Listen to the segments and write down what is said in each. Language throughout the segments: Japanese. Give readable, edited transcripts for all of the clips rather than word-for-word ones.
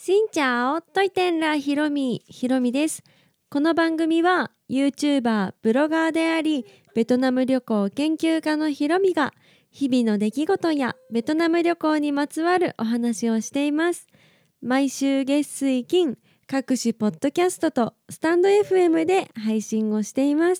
しんちゃおといてんらひろみです。この番組は YouTuber、ブロガーであり、ベトナム旅行研究家のひろみが日々の出来事やベトナム旅行にまつわるお話をしています。毎週月水金、各種ポッドキャストとスタンド FM で配信をしています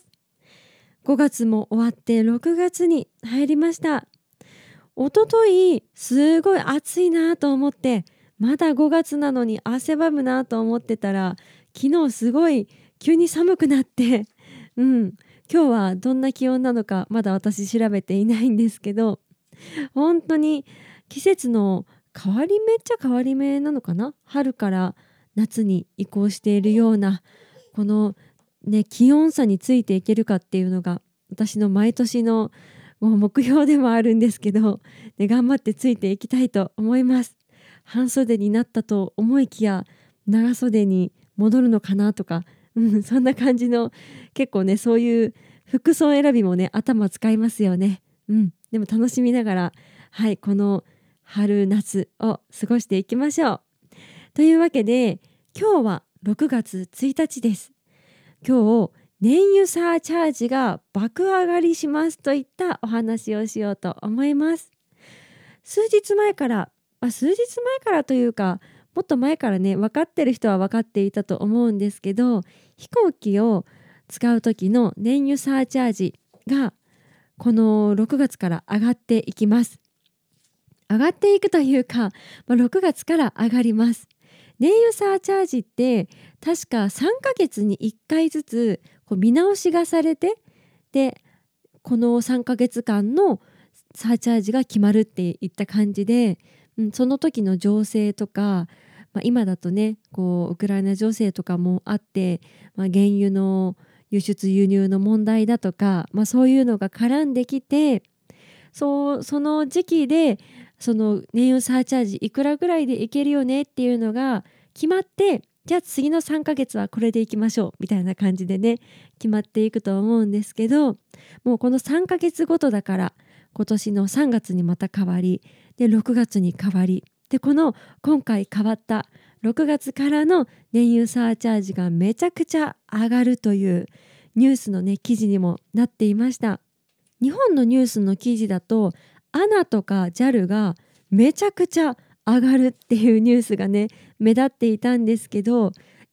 。5月も終わって6月に入りました。おとといすごい暑いなと思って、まだ5月なのに汗ばむなと思ってたら、昨日すごい急に寒くなって今日はどんな気温なのかまだ私調べていないんですけど、本当に季節の変わり目っちゃ変わり目なのかな。春から夏に移行しているような、このね、気温差についていけるかっていうのが私の毎年のもう目標でもあるんですけど、頑張ってついていきたいと思います。半袖になったと思いきや長袖に戻るのかなとか、そんな感じの、結構ね、そういう服装選びもね、頭使いますよね。でも楽しみながら、はい、この春夏を過ごしていきましょう。というわけで、今日は6月1日です。今日燃油サーチャージが爆上がりしますといったお話をしようと思います。数日前から、というか、もっと前からね、分かってる人は分かっていたと思うんですけど、飛行機を使う時の燃油サーチャージがこの6月から上がっていきます。上がっていくというか、6月から上がります。燃油サーチャージって確か3ヶ月に1回ずつ見直しがされて、でこの3ヶ月間のサーチャージが決まるっていった感じで、その時の情勢とか、今だとね、ウクライナ情勢とかもあって、原油の輸出輸入の問題だとか、そういうのが絡んできて、その時期でその燃油サーチャージいくらぐらいでいけるよねっていうのが決まって、じゃあ次の3ヶ月はこれでいきましょうみたいな感じでね、決まっていくと思うんですけど、もうこの3ヶ月ごとだから、今年の3月にまた変わりで、6月に変わりで、この今回変わった6月からの燃油サーチャージがめちゃくちゃ上がるというニュースのね、記事にもなっていました。日本のニュースの記事だと、ANA とか JAL がめちゃくちゃ上がるっていうニュースがね、目立っていたんですけど、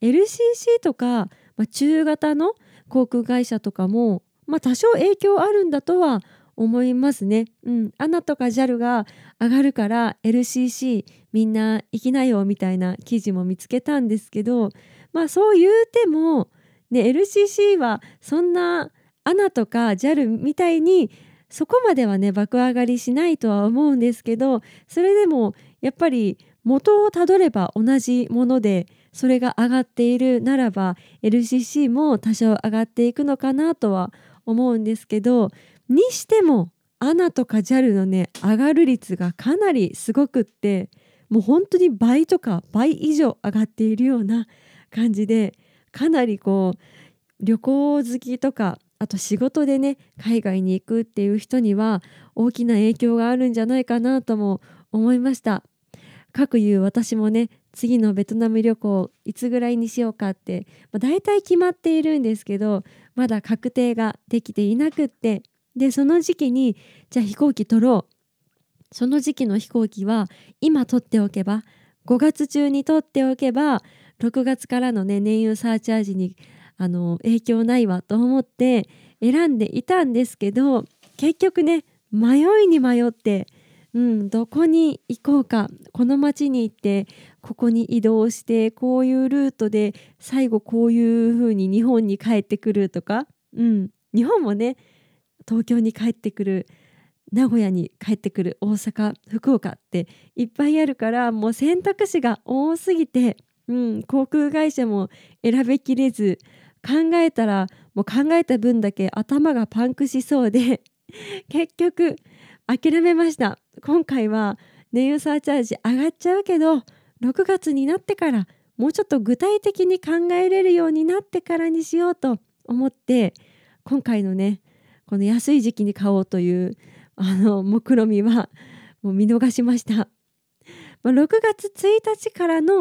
LCC とか、中型の航空会社とかも、多少影響あるんだとは思いますね。ANA とか JAL が上がるから LCC みんな行きなよみたいな記事も見つけたんですけど、そう言うてもね、LCC はそんなANA とか JAL みたいにそこまではね、爆上がりしないとは思うんですけど、それでもやっぱり元をたどれば同じもので、それが上がっているならば LCC も多少上がっていくのかなとは思うんですけど、にしてもANAとか JAL のね、上がる率がかなりすごくって、もう本当に倍とか倍以上上がっているような感じで、かなり旅行好きとか、あと仕事でね、海外に行くっていう人には大きな影響があるんじゃないかなとも思いました。かくいう私もね、次のベトナム旅行いつぐらいにしようかって、だいたい決まっているんですけど、まだ確定ができていなくって、でその時期にじゃあ飛行機取ろう、その時期の飛行機は今取っておけば、5月中に取っておけば6月からのね、燃油サーチャージに影響ないわと思って選んでいたんですけど、結局ね、迷いに迷って、どこに行こうか、この町に行ってここに移動してこういうルートで最後こういう風に日本に帰ってくるとか、日本もね、東京に帰ってくる、名古屋に帰ってくる、大阪福岡っていっぱいあるから、もう選択肢が多すぎて、航空会社も選びきれず、考えたらもう考えた分だけ頭がパンクしそうで結局諦めました。今回は燃油サーチャージ上がっちゃうけど、6月になってからもうちょっと具体的に考えれるようになってからにしようと思って、今回のね、この安い時期に買おうという目論見みはもう見逃しました。6月1日からの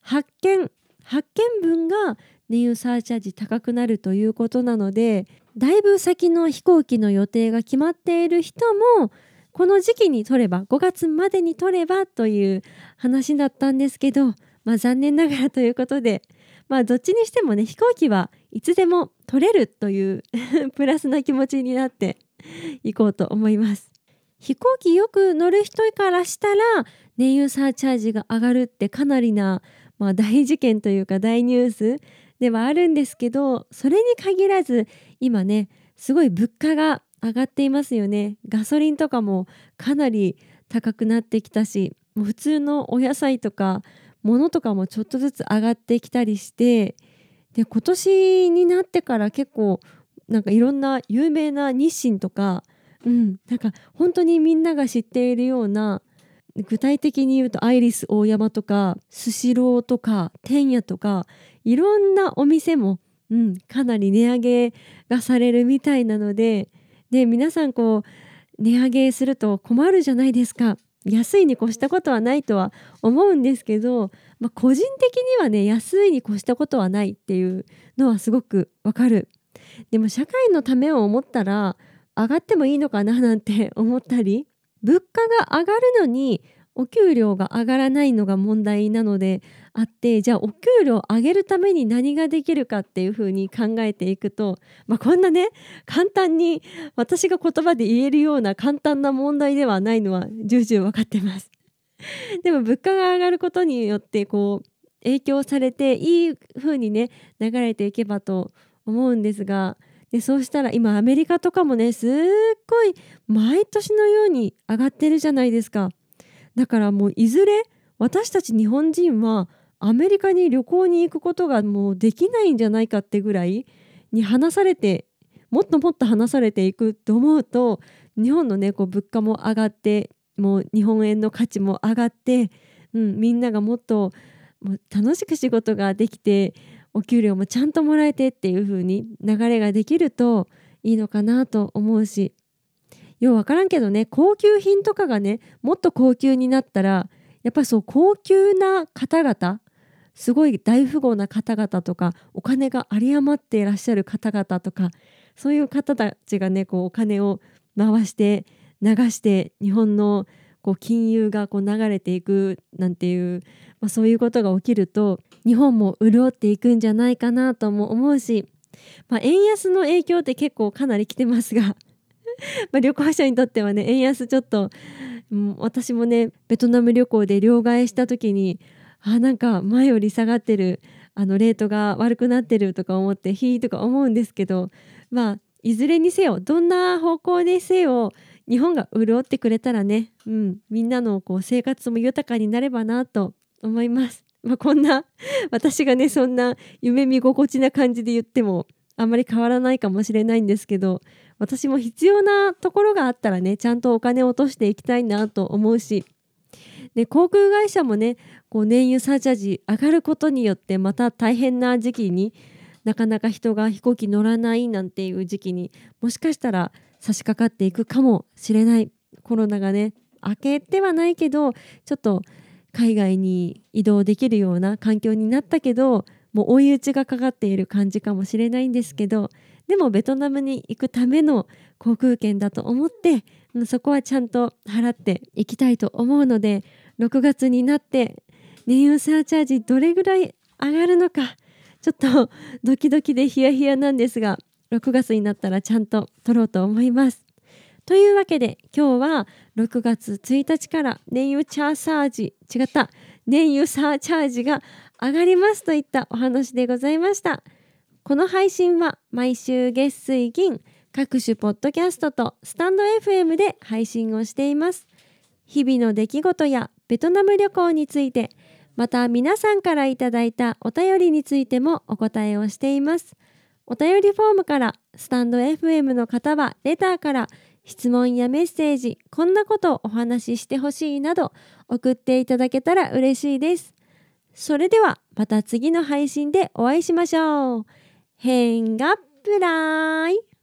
発見分が燃油サーチャージ高くなるということなので、だいぶ先の飛行機の予定が決まっている人もこの時期に取れば、5月までに取ればという話だったんですけど、残念ながらということで、どっちにしてもね、飛行機はいつでも取れるというプラスな気持ちになっていこうと思います。飛行機よく乗る人からしたら燃油サーチャージが上がるってかなりな、大事件というか大ニュースではあるんですけど、それに限らず今ね、すごい物価が上がっていますよね。ガソリンとかもかなり高くなってきたし、もう普通のお野菜とか物とかもちょっとずつ上がってきたりして、で今年になってから結構なんかいろんな有名な日清とか、なんか本当にみんなが知っているような、具体的に言うとアイリスオーヤマとかスシローとか天屋とかいろんなお店も、かなり値上げがされるみたいなので、皆さん値上げすると困るじゃないですか。安いに越したことはないとは思うんですけど、個人的にはね、安いに越したことはないっていうのはすごくわかる。でも社会のためを思ったら上がってもいいのかななんて思ったり、物価が上がるのにお給料が上がらないのが問題なのであって、じゃあお給料を上げるために何ができるかっていうふうに考えていくと、こんなね、簡単に私が言葉で言えるような簡単な問題ではないのは重々分かってます。でも物価が上がることによって影響されていい風にね、流れていけばと思うんですが、そうしたら今アメリカとかもね、すっごい毎年のように上がってるじゃないですか。だからもういずれ私たち日本人はアメリカに旅行に行くことがもうできないんじゃないかってぐらいに離されて、もっともっと離されていくと思うと、日本のね物価も上がって、もう日本円の価値も上がって、みんながもっともう楽しく仕事ができて、お給料もちゃんともらえてっていう風に流れができるといいのかなと思うし、ようわからんけどね、高級品とかがねもっと高級になったら、やっぱりそう高級な方々、すごい大富豪な方々とか、お金が有り余っていらっしゃる方々とか、そういう方たちがねお金を回して流して日本の金融が流れていくなんていう、そういうことが起きると日本も潤っていくんじゃないかなとも思うし、円安の影響って結構かなり来てますが旅行者にとってはね、円安ちょっと、私もねベトナム旅行で両替した時に、なんか前より下がってる、レートが悪くなってるとか思ってとか思うんですけど、いずれにせよどんな方向でせよ日本が潤ってくれたらね、みんなの生活も豊かになればなと思います。こんな私がねそんな夢見心地な感じで言ってもあんまり変わらないかもしれないんですけど、私も必要なところがあったらね、ちゃんとお金を落としていきたいなと思うし、で航空会社もね燃油サーチャージ上がることによってまた大変な時期に、なかなか人が飛行機乗らないなんていう時期にもしかしたら差し掛かっていくかもしれない。コロナがね明けてはないけど、ちょっと海外に移動できるような環境になったけど、もう追い打ちがかかっている感じかもしれないんですけど、でもベトナムに行くための航空券だと思って、そこはちゃんと払っていきたいと思うので、6月になって燃油サーチャージどれぐらい上がるのかちょっとドキドキでヒヤヒヤなんですが、6月になったらちゃんと取ろうと思います。というわけで今日は6月1日から燃油サーチャージが上がりますといったお話でございました。この配信は毎週月水金各種ポッドキャストとスタンド FM で配信をしています。日々の出来事やベトナム旅行について、また皆さんからいただいたお便りについてもお答えをしています。お便りフォームから、スタンド FM の方はレターから質問やメッセージ、こんなことをお話ししてほしいなど送っていただけたら嬉しいです。それではまた次の配信でお会いしましょう。変がプライ